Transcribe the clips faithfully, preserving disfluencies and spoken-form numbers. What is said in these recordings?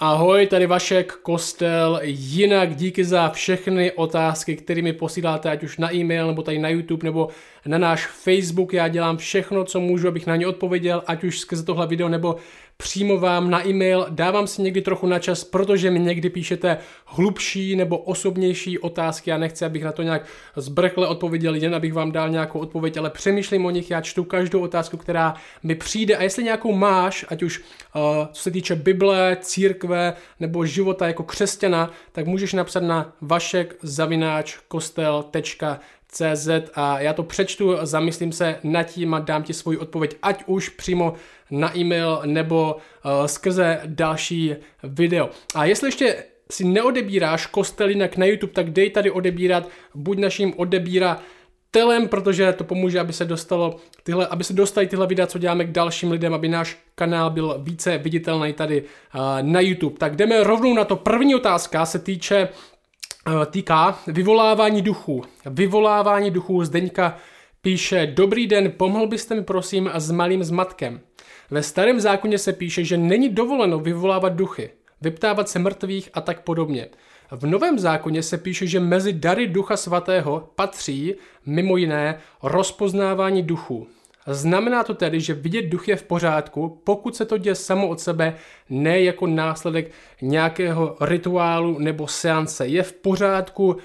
Ahoj, tady Vašek Kostel, jinak díky za všechny otázky, které mi posíláte, ať už na e-mail, nebo tady na YouTube, nebo na náš Facebook. Já dělám všechno, co můžu, abych na ně odpověděl, ať už skrze tohle video, nebo přímo vám na e-mail. Dávám si někdy trochu na čas, protože mi někdy píšete hlubší nebo osobnější otázky. Já nechci, abych na to nějak zbrkle odpověděl, jen abych vám dal nějakou odpověď, ale přemýšlím o nich, já čtu každou otázku, která mi přijde, a jestli nějakou máš, ať už uh, co se týče Bible, církve nebo života jako křesťana, tak můžeš napsat na vašek zavináč kostel tečka cé zet a já to přečtu, zamyslím se nad tím a dám ti svoji odpověď, ať už přímo na e-mail nebo uh, skrze další video. A jestli ještě si neodebíráš Kostel jinak na YouTube, tak dej tady odebírat, buď naším odebíratelem, protože to pomůže, aby se dostalo tyhle, aby se dostali tyhle videa, co děláme k dalším lidem, aby náš kanál byl více viditelný tady uh, na YouTube. Tak jdeme rovnou na to. První otázka se týče týká vyvolávání duchů. Vyvolávání duchů. Zdeňka píše: Dobrý den, pomohl byste mi prosím s malým zmatkem. Ve starém zákoně se píše, že není dovoleno vyvolávat duchy, vyptávat se mrtvých a tak podobně. V Novém zákoně se píše, že mezi dary Ducha Svatého patří mimo jiné rozpoznávání duchů. Znamená to tedy, že vidět duch je v pořádku, pokud se to děje samo od sebe, ne jako následek nějakého rituálu nebo seance. Je v pořádku uh,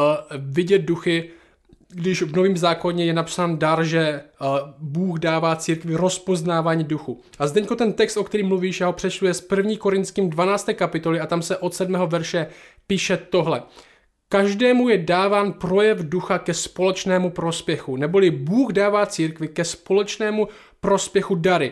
vidět duchy, když v Novém zákoně je napsán dar, že uh, Bůh dává církvi rozpoznávání duchu. A Zdeňko, ten text, o kterém mluvíš, já ho přečtu, je z první Korinským dvanácté kapitoly a tam se od sedmého verše píše tohle. Každému je dáván projev ducha ke společnému prospěchu, neboli Bůh dává církvi ke společnému prospěchu dary.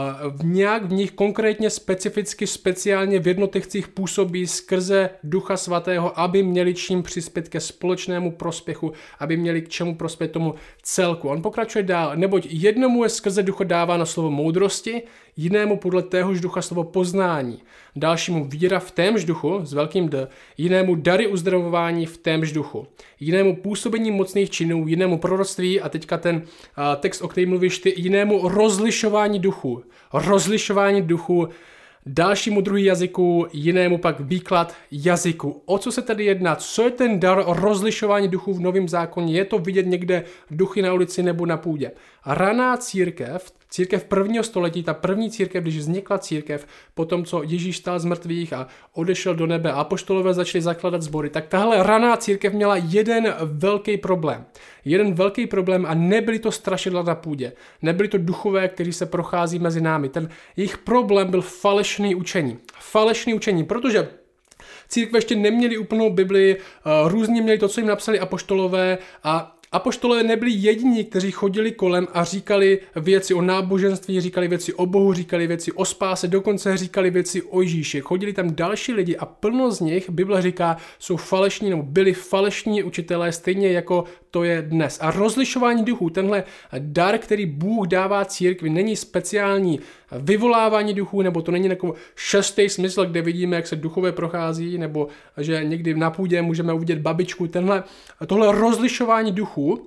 V nějak v nich konkrétně, specificky, speciálně v jednotlivcích působí skrze Ducha Svatého, aby měli čím přispět ke společnému prospěchu, aby měli k čemu prospět tomu celku. On pokračuje dál, neboť jednomu je skrze ducha dáváno slovo moudrosti, jinému podle téhož ducha slovo poznání, dalšímu víra v témž duchu, s velkým D, jinému dary uzdravování v témž duchu, jinému působení mocných činů, jinému proroctví a teďka ten uh, text, o kterém mluvíš ty, jinému rozlišování duchu. Rozlišování duchu, dalšímu druhý jazyku, jinému pak výklad jazyku. O co se tady jedná? Co je ten dar rozlišování duchů v Novém zákoně? Je to vidět někde duchy na ulici nebo na půdě? Raná církev, církev prvního století, ta první církev, když vznikla církev, po tom, co Ježíš stál z mrtvých a odešel do nebe a apoštolové začali zakládat sbory, tak tahle raná církev měla jeden velký problém. Jeden velký problém a nebyly to strašidla na půdě. Nebyly to duchové, kteří se prochází mezi námi. Ten jejich problém byl falešný učení. Falešný učení, protože církve ještě neměli úplnou Bibli, různě měli to, co jim napsali apoštolové, a apoštolové nebyli jediní, kteří chodili kolem a říkali věci o náboženství, říkali věci o Bohu, říkali věci o spáse, dokonce říkali věci o Ježíši. Chodili tam další lidi a plno z nich, Bible říká, jsou falešní nebo byli falešní učitelé, stejně jako to je dnes. A rozlišování duchů, tenhle dar, který Bůh dává církvi, není speciální vyvolávání duchů, nebo to není jako šestý smysl, kde vidíme, jak se duchové prochází, nebo že někdy na půdě můžeme uvidět babičku. Tenhle, tohle rozlišování duchů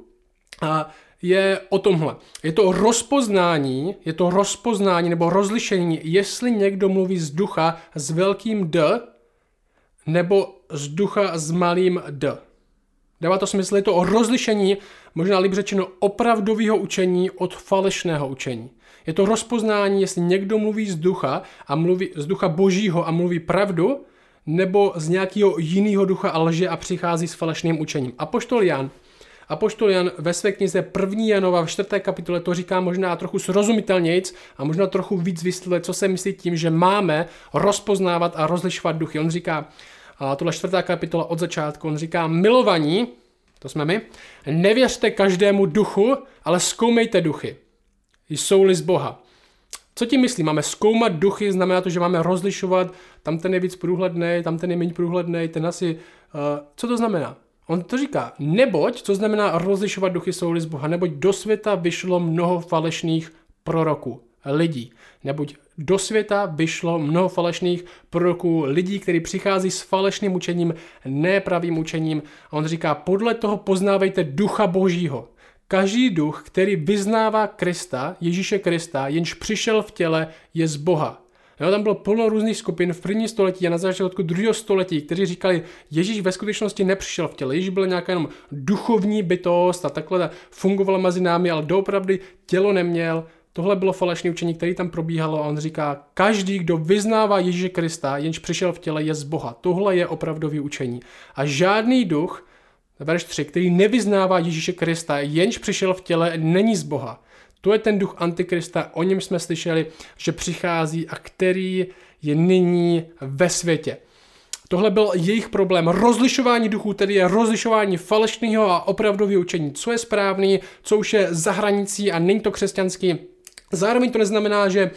a je o tomhle. Je to rozpoznání, je to rozpoznání nebo rozlišení, jestli někdo mluví z ducha s velkým D nebo z ducha s malým D. Dává to smysl, je to o rozlišení, možná líp řečeno opravdového učení od falešného učení. Je to rozpoznání, jestli někdo mluví z ducha a mluví z ducha božího a mluví pravdu, nebo z nějakého jiného ducha a lže a přichází s falešným učením. Apoštol Jan, Apoštol Jan ve své knize první Janova v čtvrté kapitole to říká možná trochu srozumitelnějc a možná trochu víc vysvětluje, co se myslí tím, že máme rozpoznávat a rozlišovat duchy. On říká, a tohle čtvrtá kapitola od začátku, on říká, milovaní, to jsme my, nevěřte každému duchu, ale zkoumejte duchy. Jsou-li z Boha. Co tím myslí? Máme zkoumat duchy, znamená to, že máme rozlišovat, tam ten je víc průhlednej, tam ten je méně průhlednej, ten asi, uh, co to znamená? On to říká, neboť, co znamená rozlišovat duchy, jsou-li z Boha, neboť do světa vyšlo mnoho falešných proroků, lidí. Neboť do světa vyšlo mnoho falešných proroků, lidí, kteří přichází s falešným učením, nepravým učením. A on říká, podle toho poznávejte ducha božího. Každý duch, který vyznává Krista, Ježíše Krista, jenž přišel v těle, je z Boha. Jo, tam bylo plno různých skupin v první století a na začátku druhého století, kteří říkali, Ježíš ve skutečnosti nepřišel v těle, Ježíš byl nějaká jenom duchovní bytost a takhle fungovala mezi námi, ale doopravdy tělo neměl. Tohle bylo falešné učení, které tam probíhalo a on říká, každý, kdo vyznává Ježíše Krista, jenž přišel v těle, je z Boha. Tohle je opravdový učení. A žádný duch, verš tři, který nevyznává Ježíše Krista, jenž přišel v těle, není z Boha. To je ten duch Antikrista, o něm jsme slyšeli, že přichází a který je nyní ve světě. Tohle byl jejich problém. Rozlišování duchů, tedy je rozlišování falešného a opravdového učení. Co je správný, co už je za hranicí a není to křesťanský. Zároveň to neznamená, že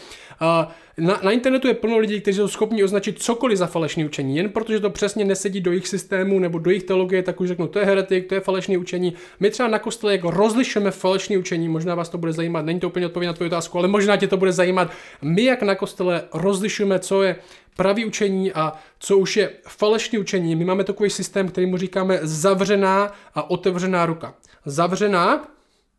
uh, na, na internetu je plno lidí, kteří jsou schopni označit cokoliv za falešné učení. Jen protože to přesně nesedí do jejich systému nebo do jejich teologie, tak už řeknu, to je heretik, to je falešné učení. My třeba na kostele jako rozlišujeme falešné učení, možná vás to bude zajímat, není to úplně odpověď na tvoji otázku, ale možná tě to bude zajímat. My jak na kostele rozlišujeme, co je pravý učení a co už je falešné učení. My máme takový systém, který mu říkáme zavřená a otevřená ruka. Zavřená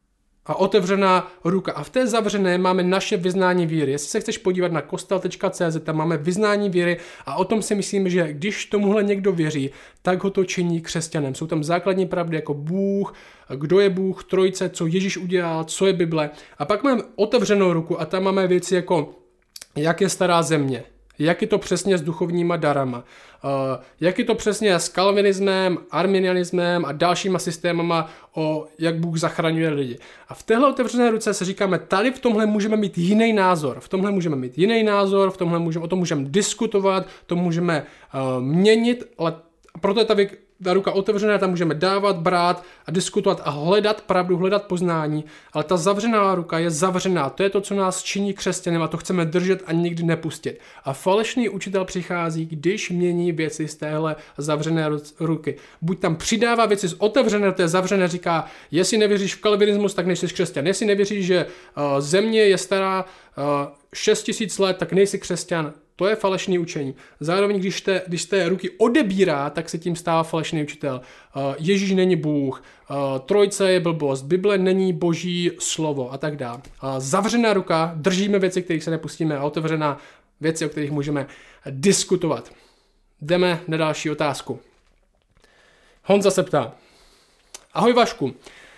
a otevřená ruka. A v té zavřené máme naše vyznání víry. Jestli se chceš podívat na kostel tečka cé zet, tam máme vyznání víry a o tom si myslím, že když tomuhle někdo věří, tak ho to činí křesťanem. Jsou tam základní pravdy jako Bůh, kdo je Bůh, Trojice, co Ježíš udělal, co je Bible. A pak máme otevřenou ruku a tam máme věci jako jak je stará země. Jak je to přesně s duchovníma darama, uh, jak je to přesně s kalvinismem, arminianismem a dalšíma systémama, o jak Bůh zachraňuje lidi. A v téhle otevřené ruce se říkáme, tady v tomhle můžeme mít jiný názor, v tomhle můžeme mít jiný názor, v tomhle můžeme, o tom můžeme diskutovat, to můžeme uh, měnit, ale proto je ta věk, ta ruka otevřená, tam můžeme dávat, brát a diskutovat a hledat pravdu, hledat poznání, ale ta zavřená ruka je zavřená. To je to, co nás činí křesťanem a to chceme držet a nikdy nepustit. A falešný učitel přichází, když mění věci z téhle zavřené ruky. Buď tam přidává věci z otevřené, to je zavřené, říká, jestli nevěříš v kalvinismus, tak nejsi křesťan. Jestli nevěříš, že uh, země je stará uh, šest tisíc let, tak nejsi křesťan. To je falešný učení. Zároveň, když te, když té ruky odebírá, tak se tím stává falešný učitel. Uh, Ježíš není Bůh, uh, Trojce je blbost, Bible není boží slovo a tak dále. Uh, zavřená ruka, držíme věci, kterých se nepustíme a otevřená věci, o kterých můžeme diskutovat. Jdeme na další otázku. Honza se ptá. Ahoj Vašku.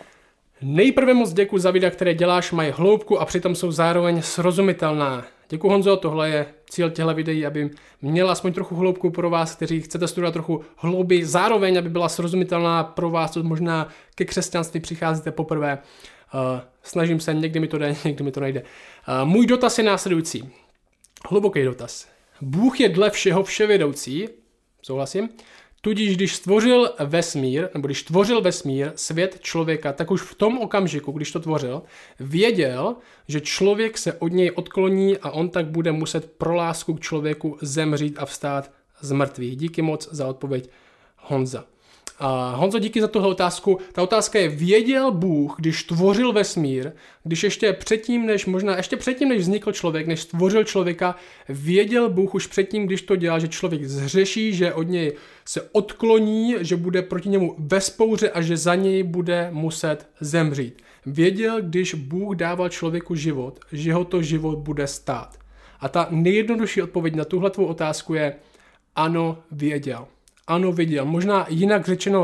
Nejprve moc děkuji za videa, které děláš, mají hloubku a přitom jsou zároveň srozumitelná. Děkuji Honzo, tohle je cíl těchto videí, aby měla aspoň trochu hloubku pro vás, kteří chcete studovat trochu hlouběji, zároveň, aby byla srozumitelná pro vás, co možná ke křesťanství přicházíte poprvé. Uh, snažím se, někdy mi to jde, někdy mi to nejde. Uh, můj dotaz je následující. Hluboký dotaz. Bůh je dle všeho vševědoucí, souhlasím, tudíž když stvořil vesmír, nebo když tvořil vesmír, svět člověka, tak už v tom okamžiku, když to tvořil, věděl, že člověk se od něj odkloní a on tak bude muset pro lásku k člověku zemřít a vstát z mrtvých. Díky moc za odpověď Honza. A Honzo, díky za tuhle otázku. Ta otázka je, věděl Bůh, když tvořil vesmír, když ještě předtím, než možná ještě předtím, než vznikl člověk, než stvořil člověka, věděl Bůh už předtím, když to dělal, že člověk zhřeší, že od něj se odkloní, že bude proti němu ve vzpouře a že za něj bude muset zemřít. Věděl, když Bůh dával člověku život, že ho to život bude stát. A ta nejjednodušší odpověď na tuhle tvou otázku je ano, věděl. Ano, viděl. Možná jinak řečeno,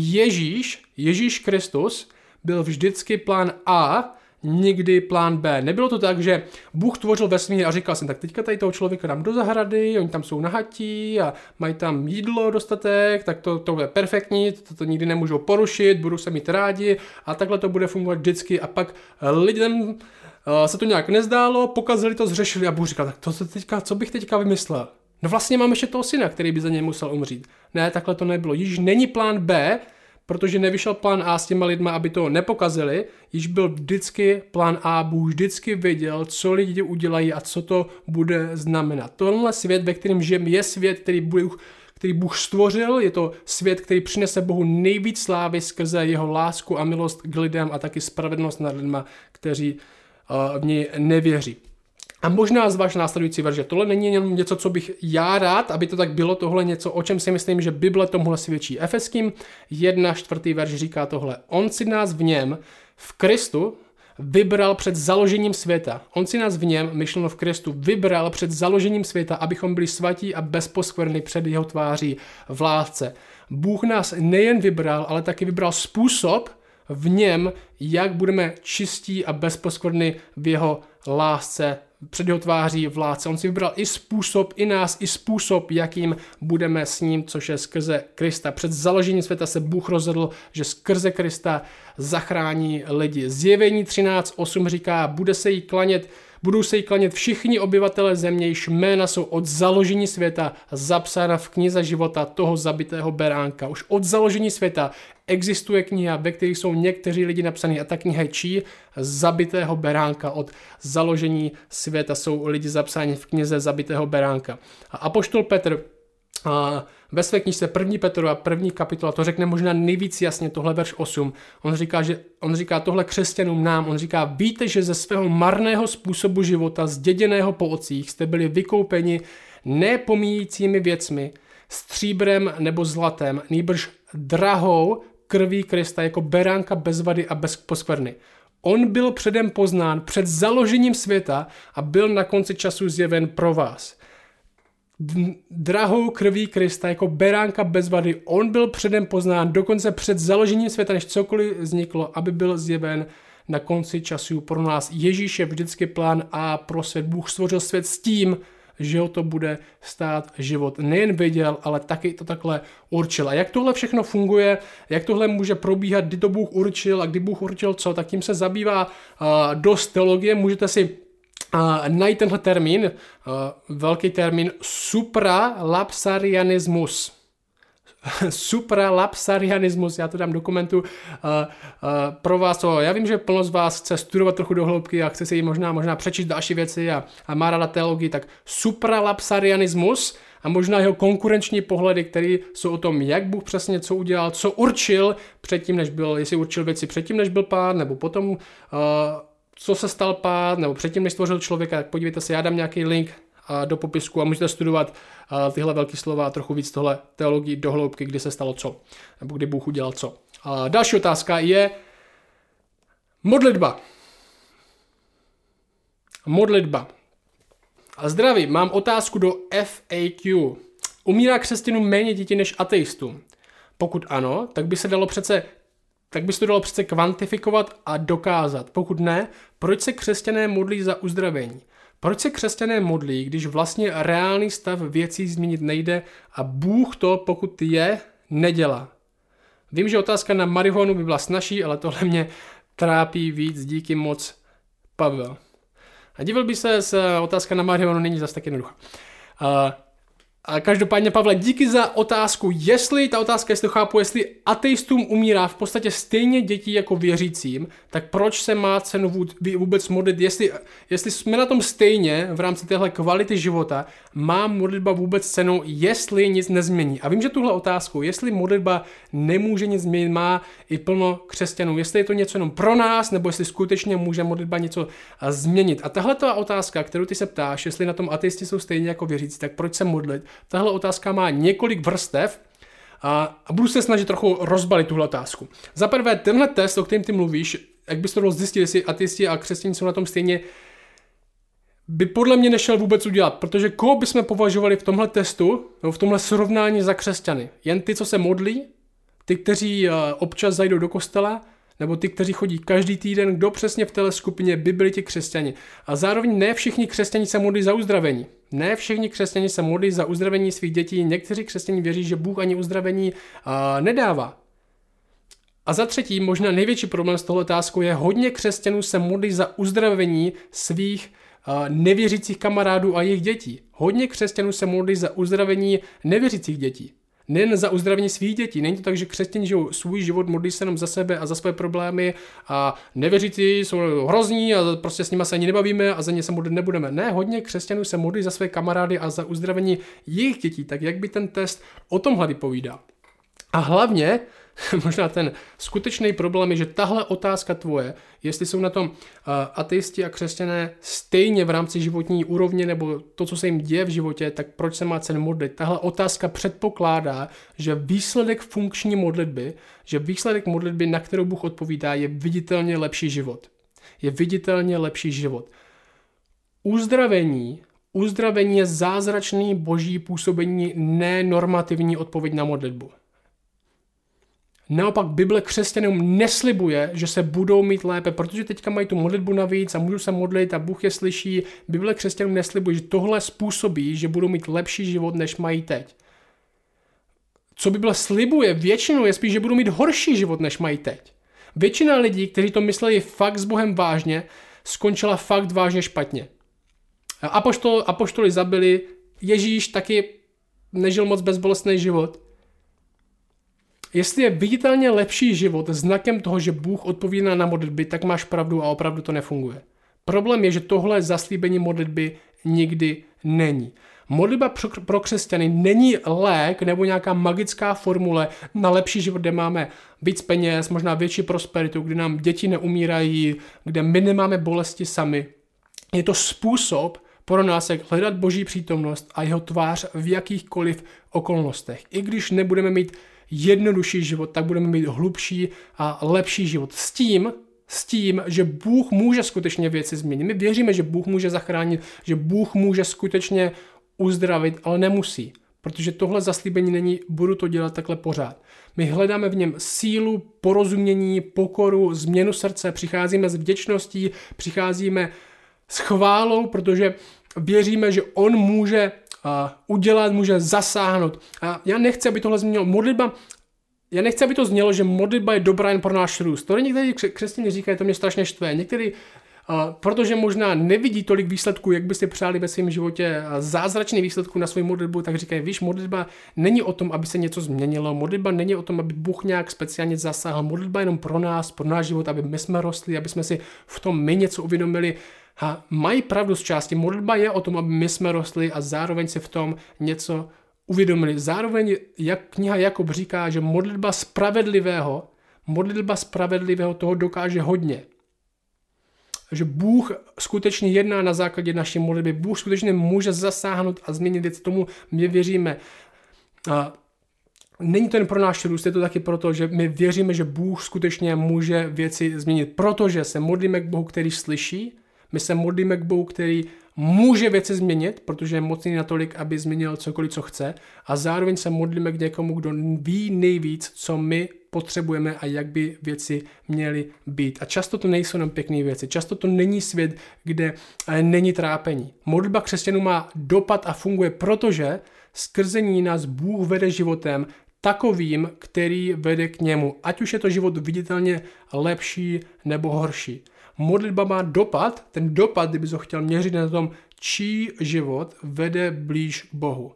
Ježíš, Ježíš Kristus byl vždycky plán A, nikdy plán B. Nebylo to tak, že Bůh tvořil vesmír a říkal jsem, tak teďka tady toho člověka dám do zahrady, oni tam jsou nahatí a mají tam jídlo dostatek, tak to, to bude perfektní, to, to nikdy nemůžou porušit, budou se mít rádi a takhle to bude fungovat vždycky a pak lidem uh, se to nějak nezdálo, pokazili to, zřešili a Bůh říkal, tak to, to teďka, co bych teďka vymyslel? No vlastně máme ještě toho syna, který by za něj musel umřít. Ne, takhle to nebylo. Již není plán B, protože nevyšel plán A s těma lidma, aby to nepokazili. Již byl vždycky plán A, Bůh vždycky věděl, co lidi udělají a co to bude znamenat. Tohle svět, ve kterém žijeme, je svět, který Bůh, který Bůh stvořil. Je to svět, který přinese Bohu nejvíc slávy skrze jeho lásku a milost k lidem a taky spravedlnost nad lidma, kteří uh, v něj nevěří. A možná zvaž následující verš, že tohle není jenom něco, co bych já rád, aby to tak bylo, tohle něco, o čem si myslím, že Bible tomuhle svědčí. Efeským jedna čtvrtý verš říká tohle. On si nás v něm, v Kristu, vybral před založením světa. On si nás v něm, myšleno v Kristu, vybral před založením světa, abychom byli svatí a bezposkvrny před jeho tváří v lásce. Bůh nás nejen vybral, ale taky vybral způsob v něm, jak budeme čistí a bezposkvrny v jeho lásce, před jeho tváří v lásce. On si vybral i způsob, i nás, i způsob, jakým budeme s ním, což je skrze Krista. Před založením světa se Bůh rozhodl, že skrze Krista zachrání lidi. Zjevení třináct osm říká, bude se jí klanět, budou se jí klanět všichni obyvatelé země, jejichž jména jsou od založení světa zapsána v knize života toho zabitého beránka. Už od založení světa existuje kniha, ve které jsou někteří lidi napsaní, a ta kniha je čí? Zabitého beránka. Od založení světa jsou lidi zapsáni v knize zabitého beránka. A apoštol Petr a ve své knižce první Petrova první kapitola to řekne možná nejvíc jasně, tohle verš osm. On říká, že on říká tohle křesťanům nám, on říká, víte, že ze svého marného způsobu života, zděděného po otcích, jste byli vykoupeni nepomíjícími věcmi, stříbrem nebo zlatem, nýbrž drahou krví Krista jako beránka bez vady a bez poskvrny. On byl předem poznán před založením světa a byl na konci času zjeven pro vás. Drahou krví Krista jako beránka bez vady, on byl předem poznán dokonce před založením světa, než cokoliv vzniklo, aby byl zjeven na konci časů pro nás. Ježíš je vždycky plán A pro svět. Bůh stvořil svět s tím, že ho to bude stát život. Nejen věděl, ale taky to takhle určil. A jak tohle všechno funguje, jak tohle může probíhat, kdy to Bůh určil a kdy Bůh určil co, tak tím se zabývá uh, dost teologie. Můžete si Uh, najít tenhle termín, uh, velký termín, supralapsarianismus. Supralapsarianismus, já to dám do komentu uh, uh, pro vás. To, já vím, že plno z vás chce studovat trochu do hloubky a chce si možná, možná přečíst další věci a, a má ráda teologii, tak supralapsarianismus a možná jeho konkurenční pohledy, které jsou o tom, jak Bůh přesně co udělal, co určil předtím, než byl, jestli určil věci předtím, než byl pán, nebo potom uh, co se stal pád, nebo předtím, než stvořil člověka, tak podívejte se, já dám nějaký link uh, do popisku a můžete studovat uh, tyhle velké slova a trochu víc tohle teologii do hloubky, kdy se stalo co, nebo kdy Bůh udělal co. Uh, další otázka je modlitba. Modlitba. A zdraví, mám otázku do F A Q. Umírá křesťanům méně dětí než ateistům? Pokud ano, tak by se dalo přece tak by se to dalo přece kvantifikovat a dokázat. Pokud ne, proč se křesťané modlí za uzdravení? Proč se křesťané modlí, když vlastně reálný stav věcí změnit nejde a Bůh to, pokud je, nedělá? Vím, že otázka na marihuanu by byla snazší, ale tohle mě trápí víc, díky moc, Pavel. A divil by se, s otázka na marihuanu není zase tak jednoduchá. Uh, A každopádně, Pavle, díky za otázku, jestli, ta otázka, jestli to chápu, jestli ateistům umírá v podstatě stejně dětí jako věřícím, tak proč se má cenu vůbec modlit, jestli, jestli jsme na tom stejně v rámci téhle kvality života, má modlitba vůbec cenu, jestli nic nezmění. A vím, že tuhle otázku, jestli modlitba nemůže nic změnit, má i plno křesťanů, jestli je to něco jenom pro nás, nebo jestli skutečně může modlitba něco změnit. A tahle ta otázka, kterou ty se ptáš, jestli na tom ateisti jsou stejně jako věřící, tak proč se modlit? Tahle otázka má několik vrstev a, a budu se snažit trochu rozbalit tuhle otázku. Za prvé, tenhle test, o kterém ty mluvíš, jak bys to dal zjistit, jestli ateisti a křesťané jsou na tom stejně, by podle mě nešel vůbec udělat, protože koho bychom považovali v tomhle testu, nebo v tomhle srovnání za křesťany? Jen ty, co se modlí, ty, kteří občas zajdou do kostela, nebo ty, kteří chodí každý týden, kdo přesně v téhle skupině by byli ti křesťani. A zároveň ne všichni křesťani se modlí za uzdravení. Ne všichni křesťani se modlí za uzdravení svých dětí. Někteří křesťani věří, že Bůh ani uzdravení uh, nedává. A za třetí, možná největší problém s tohle otázkou je, hodně křesťanů se modlí za uzdravení svých uh, nevěřících kamarádů a jejich dětí. Hodně křesťanů se modlí za uzdravení nevěřících dětí. Nejen za uzdravení svých dětí. Není to tak, že křesťané žijou svůj život, modlí se jenom za sebe a za své problémy a nevěřící jsou hrozní a prostě s nimi se ani nebavíme a za ně se modlit nebudeme. Ne, hodně křesťanů se modlí za své kamarády a za uzdravení jejich dětí. Tak jak by ten test o tomhle vypovídal? A hlavně, možná ten skutečný problém je, že tahle otázka tvoje, jestli jsou na tom uh, ateisti a křesťané stejně v rámci životní úrovně nebo to, co se jim děje v životě, tak proč se má cenu modlit? Tahle otázka předpokládá, že výsledek funkční modlitby, že výsledek modlitby, na kterou Bůh odpovídá, je viditelně lepší život. je viditelně lepší život. Uzdravení, uzdravení je zázračný boží působení, ne normativní odpověď na modlitbu. Naopak Bible křesťanům neslibuje, že se budou mít lépe, protože teďka mají tu modlitbu navíc a můžu se modlit a Bůh je slyší. Bible křesťanům neslibuje, že tohle způsobí, že budou mít lepší život, než mají teď. Co Bible slibuje většinou je spíš, že budou mít horší život, než mají teď. Většina lidí, kteří to mysleli fakt s Bohem vážně, skončila fakt vážně špatně. Apoštol, apoštoli zabili, Ježíš taky nežil moc bezbolestný život. Jestli je viditelně lepší život znakem toho, že Bůh odpovídá na modlitby, tak máš pravdu a opravdu to nefunguje. Problém je, že tohle zaslíbení modlitby nikdy není. Modlitba pro křesťany není lék nebo nějaká magická formule na lepší život, kde máme víc peněz, možná větší prosperitu, kde nám děti neumírají, kde my nemáme bolesti sami. Je to způsob pro nás, jak hledat Boží přítomnost a jeho tvář v jakýchkoliv okolnostech. I když nebudeme mít jednodušší život, tak budeme mít hlubší a lepší život. S tím, s tím, že Bůh může skutečně věci změnit. My věříme, že Bůh může zachránit, že Bůh může skutečně uzdravit, ale nemusí. Protože tohle zaslíbení není, budu to dělat takhle pořád. My hledáme v něm sílu, porozumění, pokoru, změnu srdce, přicházíme s vděčností, přicházíme s chválou, protože věříme, že on může uh, udělat, může zasáhnout. A já nechci, aby tohle změnilo. Modlitba, já nechci, aby to znělo, že modlitba je dobrá jen pro náš růst. To někteří křesťané říkají, to mě strašně štve. Někteří, uh, protože možná nevidí tolik výsledků, jak by si přáli ve svém životě, uh, zázračný výsledků na svou modlitbu, tak říkají, víš, modlitba není o tom, aby se něco změnilo. Modlitba není o tom, aby Bůh nějak speciálně zasáhl. Modlitba je jenom pro nás, pro náš život, aby my jsme rostli, aby jsme si v tom my něco uvědomili. A mají pravdu z části. Modlitba je o tom, aby my jsme rostli a zároveň si v tom něco uvědomili. Zároveň, jak kniha Jakub říká, že modlitba spravedlivého, modlitba spravedlivého toho dokáže hodně. Že Bůh skutečně jedná na základě naší modlitby. Bůh skutečně může zasáhnout a změnit věc. Tomu my věříme. A není to jen pro náš růst, je to taky proto, že my věříme, že Bůh skutečně může věci změnit. Protože se modlíme k Bohu, který slyší. My se modlíme k Bohu, který může věci změnit, protože je mocný natolik, aby změnil cokoliv, co chce. A zároveň se modlíme k někomu, kdo ví nejvíc, co my potřebujeme a jak by věci měly být. A často to nejsou jenom pěkné věci. Často to není svět, kde není trápení. Modlitba křesťanů má dopad a funguje, protože skrze ní nás Bůh vede životem takovým, který vede k němu. Ať už je to život viditelně lepší nebo horší. Modlitba má dopad, ten dopad, kdyby ho chtěl měřit na tom, čí život vede blíž k Bohu.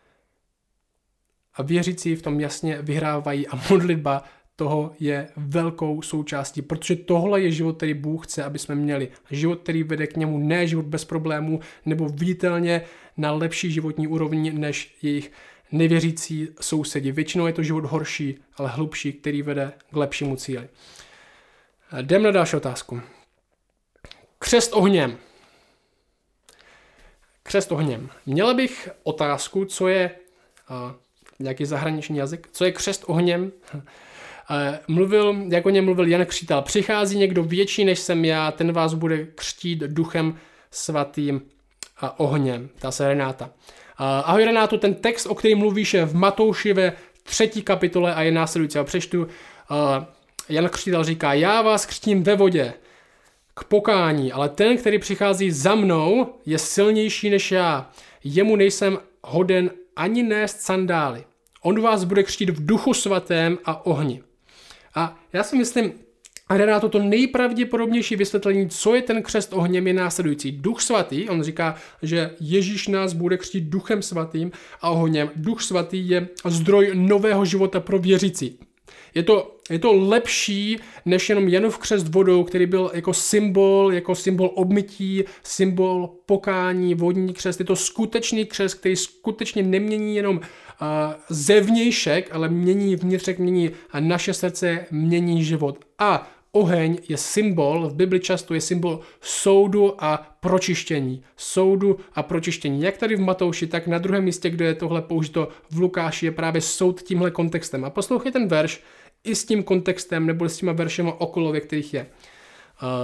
A věřící v tom jasně vyhrávají a modlitba toho je velkou součástí, protože tohle je život, který Bůh chce, aby jsme měli. Život, který vede k němu, ne život bez problémů, nebo viditelně na lepší životní úrovni než jejich nevěřící sousedi. Většinou je to život horší, ale hlubší, který vede k lepšímu cíli. Jdem na další otázku. Křest ohněm. Křest ohněm. Měla bych otázku, co je uh, nějaký zahraniční jazyk, co je křest ohněm. Uh, mluvil, jak o něm mluvil Jan Křtitel. Přichází někdo větší než jsem já, ten vás bude křtít duchem svatým a ohněm. Ptá se Renáta. Uh, ahoj Renáto, ten text, o kterém mluvíš, je v Matouši ve třetí kapitole a je následující. Já přečtu. Uh, Jan Křtitel říká, já vás křtím ve vodě k pokání, ale ten, který přichází za mnou, je silnější než já. Jemu nejsem hoden ani nést sandály. On vás bude křtít v duchu svatém a ohni. A já si myslím, Renáto, to nejpravděpodobnější vysvětlení, co je ten křest ohněm, je následující. Duch svatý, on říká, že Ježíš nás bude křtít duchem svatým a ohněm. Duch svatý je zdroj nového života pro věřící. Je to, je to lepší než jenom Janův křest vodou, který byl jako symbol, jako symbol obmytí, symbol pokání, vodní křest. Je to skutečný křest, který skutečně nemění jenom uh, zevnějšek, ale mění vnitřek, mění naše srdce, mění život. A oheň je symbol, v Bibli často je symbol soudu a pročištění. Soudu a pročištění. Jak tady v Matouši, tak na druhém místě, kde je tohle použito v Lukáši, je právě soud tímhle kontextem. A poslouchej ten verš i s tím kontextem, nebo s těma veršema okolo, ve kterých je. Uh,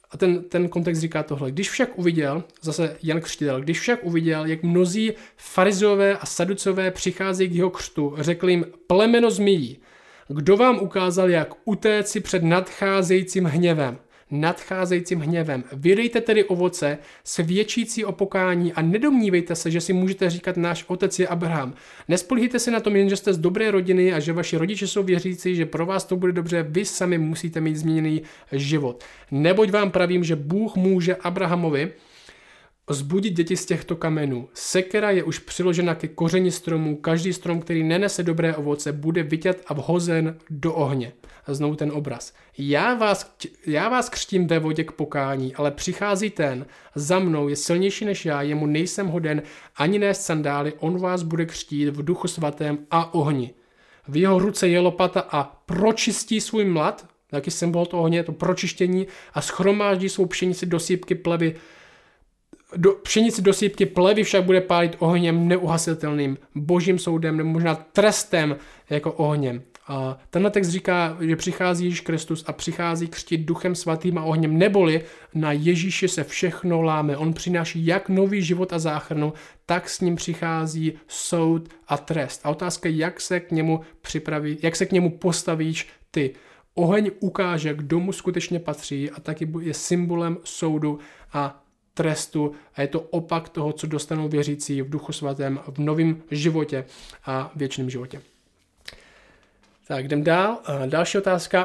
a ten, ten kontext říká tohle. Když však uviděl, zase Jan Křtitel, když však uviděl, jak mnozí farizové a saducové přicházejí k jeho křtu, řekl jim, plemeno zmíjí, kdo vám ukázal, jak utéci před nadcházejícím hněvem? nadcházejícím hněvem. Vydejte tedy ovoce, svědčící o pokání a nedomnívejte se, že si můžete říkat náš otec je Abraham. Nespolíhejte se na tom jen, že jste z dobré rodiny a že vaši rodiče jsou věřící, že pro vás to bude dobře, vy sami musíte mít změněný život. Neboť vám pravím, že Bůh může Abrahamovi zbudit děti z těchto kamenů. Sekera je už přiložena ke kořeni stromů. Každý strom, který nenese dobré ovoce, bude vyťat a vhozen do ohně. A znovu ten obraz. Já vás, já vás křtím ve vodě k pokání, ale přichází ten za mnou, je silnější než já, jemu nejsem hoden ani nést sandály, on vás bude křtít v duchu svatém a ohni. V jeho ruce je lopata a pročistí svůj mlad, taky symbol toho ohně, to pročištění, a schromáždí svou pšenici do sýpky plevy. Do, pšenici do sýpky plevy však bude pálit ohněm neuhasitelným, božím soudem nebo možná trestem jako ohněm. A tenhle text říká, že přichází Ježíš Kristus a přichází křtít duchem svatým a ohněm, neboli na Ježíši se všechno láme. On přináší jak nový život a záchranu, tak s ním přichází soud a trest. A otázka je, jak se k němu připraví, jak se k němu postavíš ty. Oheň ukáže, kdo mu skutečně patří a taky je symbolem soudu a trestu a je to opak toho, co dostanou věřící v duchu svatém, v novém životě a věčném životě. Tak, jdem dál. Další otázka.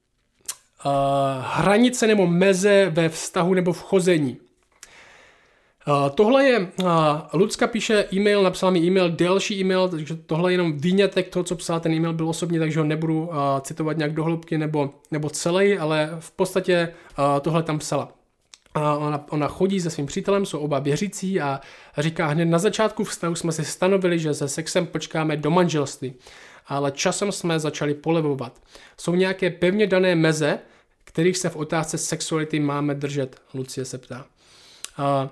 Hranice nebo meze ve vztahu nebo v chození. Tohle je, Lucka píše e-mail, napsala mi e-mail, delší e-mail, takže tohle je jenom výňatek toho, co psala, ten e-mail byl osobně, takže ho nebudu citovat nějak do hloubky nebo, nebo celý, ale v podstatě tohle tam psala. A ona, ona chodí se svým přítelem, jsou oba věřící a říká, hned na začátku vztahu jsme si stanovili, že se sexem počkáme do manželství, ale časem jsme začali polevovat. Jsou nějaké pevně dané meze, kterých se v otázce sexuality máme držet, Lucie se ptá. A,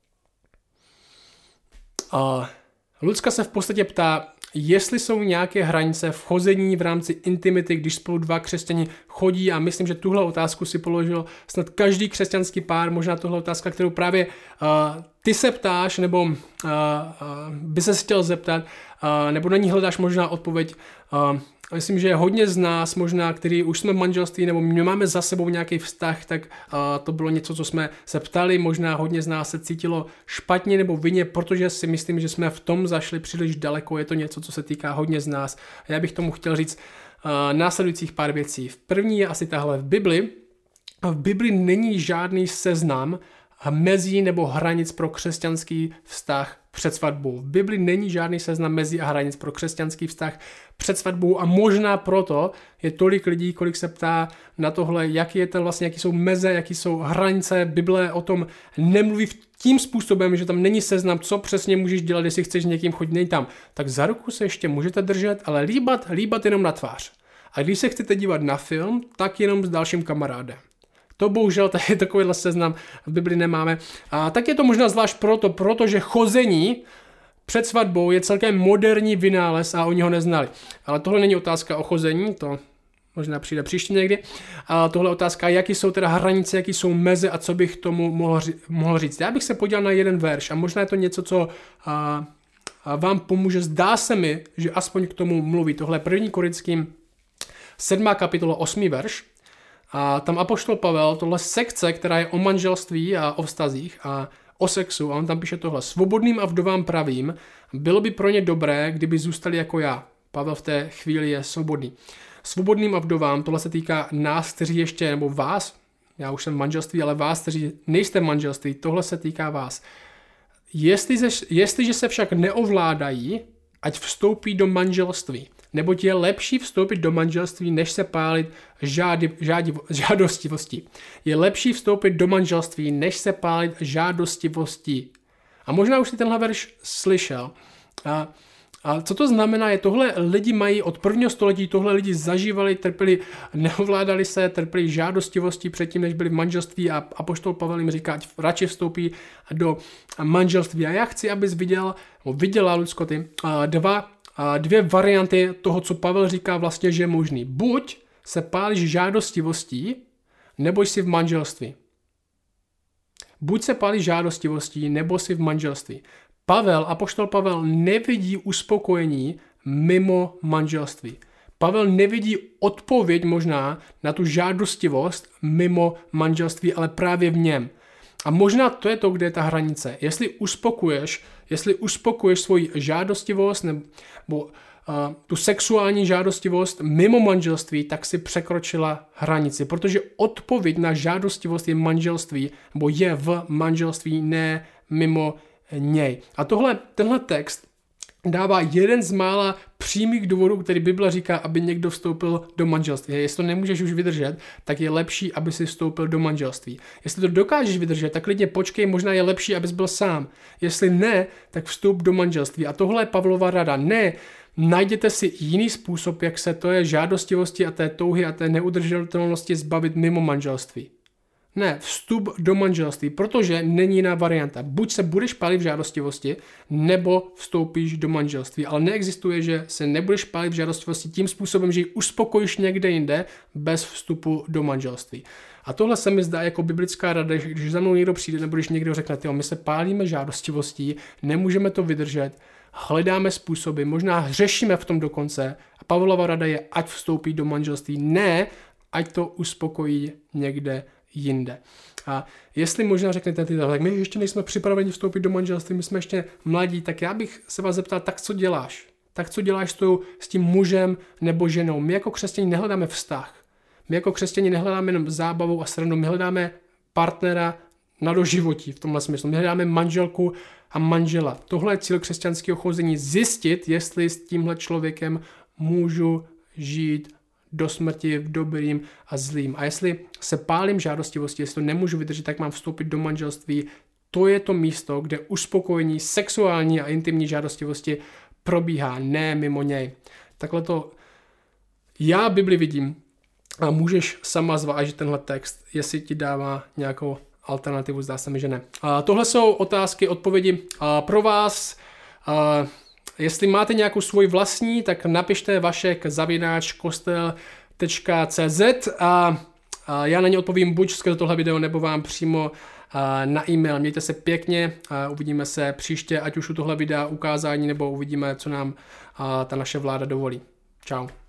a Lucka se v podstatě ptá, jestli jsou nějaké hranice v chození v rámci intimity, když spolu dva křesťani chodí, a myslím, že tuhle otázku si položil snad každý křesťanský pár, možná tohle otázka, kterou právě uh, ty se ptáš, nebo uh, uh, by se chtěl zeptat, uh, nebo na ní hledáš možná odpověď. Uh, myslím, že hodně z nás možná, který už jsme v manželství, nebo my máme za sebou nějaký vztah, tak uh, to bylo něco, co jsme se ptali, možná hodně z nás se cítilo špatně nebo vinně, protože si myslím, že jsme v tom zašli příliš daleko, je to něco, co se týká hodně z nás. A já bych tomu chtěl říct uh, následujících pár věcí. V první je asi tahle. V Bibli, v Bibli není žádný seznam mezí nebo hranic pro křesťanský vztah před svatbou. V Bibli není žádný seznam mezí a hranic pro křesťanský vztah před svatbou a možná proto je tolik lidí, kolik se ptá na tohle, jaký je ten vlastně, jaký jsou meze, jaký jsou hranice. Bible o tom nemluví tím způsobem, že tam není seznam, co přesně můžeš dělat, jestli chceš někým chodit, nej tam. Tak za ruku se ještě můžete držet, ale líbat, líbat jenom na tvář. A když se chcete dívat na film, tak jenom s dalším kamarádem. To bohužel tady takovýhle seznam v Bibli nemáme. A tak je to možná zvlášť proto, protože chození před svatbou je celkem moderní vynález a oni ho neznali. Ale tohle není otázka o chození, to možná přijde příště někdy. A tohle je otázka, jaký jsou teda hranice, jaký jsou meze a co bych tomu mohl, mohl říct. Já bych se podíval na jeden verš a možná je to něco, co a, a vám pomůže. Zdá se mi, že aspoň k tomu mluví. Tohle je první Korinským sedmá kapitola osmý verš. A tam apoštol Pavel, tohle sekce, která je o manželství a o vztazích a o sexu, a on tam píše tohle. Svobodným a vdovám pravím, bylo by pro ně dobré, kdyby zůstali jako já. Pavel v té chvíli je svobodný. Svobodným a vdovám, tohle se týká nás, kteří ještě, nebo vás, já už jsem v manželství, ale vás, kteří nejste v manželství, tohle se týká vás. Jestliže, jestliže se však neovládají, ať vstoupí do manželství. Neboť je lepší vstoupit do manželství, než se pálit žády, žádi, žádostivostí. Je lepší vstoupit do manželství, než se pálit žádostivostí. A možná už si tenhle verš slyšel. A, a co to znamená, je tohle lidi mají od prvního století, tohle lidi zažívali, trpěli, neovládali se, trpěli žádostivostí předtím, než byli v manželství, a apoštol Pavel jim říká, ať radši vstoupí do manželství. A já chci, abys viděl, viděla, Lucko, ty, dva A dvě varianty toho, co Pavel říká vlastně, že je možný. Buď se pálíš žádostivostí, nebo jsi v manželství. Buď se pálí žádostivostí, nebo si v manželství. Pavel, apoštol Pavel nevidí uspokojení mimo manželství. Pavel nevidí odpověď možná na tu žádostivost mimo manželství, ale právě v něm. A možná to je to, kde je ta hranice. Jestli uspokuješ, jestli uspokuješ svoji žádostivost nebo uh, tu sexuální žádostivost mimo manželství, tak si překročila hranici, protože odpověď na žádostivost je manželství, nebo je v manželství, ne mimo něj. A tohle, tenhle text dává jeden z mála přímých důvodů, který Bible říká, aby někdo vstoupil do manželství. Jestli to nemůžeš už vydržet, tak je lepší, aby si vstoupil do manželství. Jestli to dokážeš vydržet, tak klidně počkej, možná je lepší, abys byl sám. Jestli ne, tak vstup do manželství. A tohle je Pavlova rada. Ne, najděte si jiný způsob, jak se to je žádostivosti a té touhy a té neudržitelnosti zbavit mimo manželství. Ne, vstup do manželství, protože není jiná varianta. Buď se budeš pálit v žádostivosti, nebo vstoupíš do manželství. Ale neexistuje, že se nebudeš pálit v žádostivosti tím způsobem, že ji uspokojíš někde jinde bez vstupu do manželství. A tohle se mi zdá jako biblická rada, že když za mnou někdo přijde, nebo když někdo řekne, tyjo, my se pálíme žádostivostí, nemůžeme to vydržet, hledáme způsoby, možná hřešíme v tom dokonce. A Pavlova rada je, ať vstoupí do manželství, ne, ať to uspokojí někde jinde. A jestli možná řeknete ty, tak my ještě nejsme připraveni vstoupit do manželství, my jsme ještě mladí, tak já bych se vás zeptal, tak co děláš? Tak co děláš s, tou, s tím mužem nebo ženou? My jako křesťané nehledáme vztah. My jako křesťané nehledáme jenom zábavu a srandu, my hledáme partnera na doživotí v tomhle smyslu. My hledáme manželku a manžela. Tohle je cíl křesťanského chození, zjistit, jestli s tímhle člověkem můžu žít do smrti v dobrým a zlým. A jestli se pálím žádostivosti, jestli to nemůžu vydržet, tak mám vstoupit do manželství. To je to místo, kde uspokojení sexuální a intimní žádostivosti probíhá, ne mimo něj. Takhle to já Bibli vidím a můžeš sama zvážit tenhle text, jestli ti dává nějakou alternativu, zdá se mi, že ne. A tohle jsou otázky, odpovědi a pro vás. A jestli máte nějakou svoji vlastní, tak napište vašek zavináč kostel tečka cé zet a, a já na ně odpovím buď skrze tohle video, nebo vám přímo a, na e-mail. Mějte se pěkně a uvidíme se příště, ať už u tohle videa ukázání, nebo uvidíme, co nám a, ta naše vláda dovolí. Čau.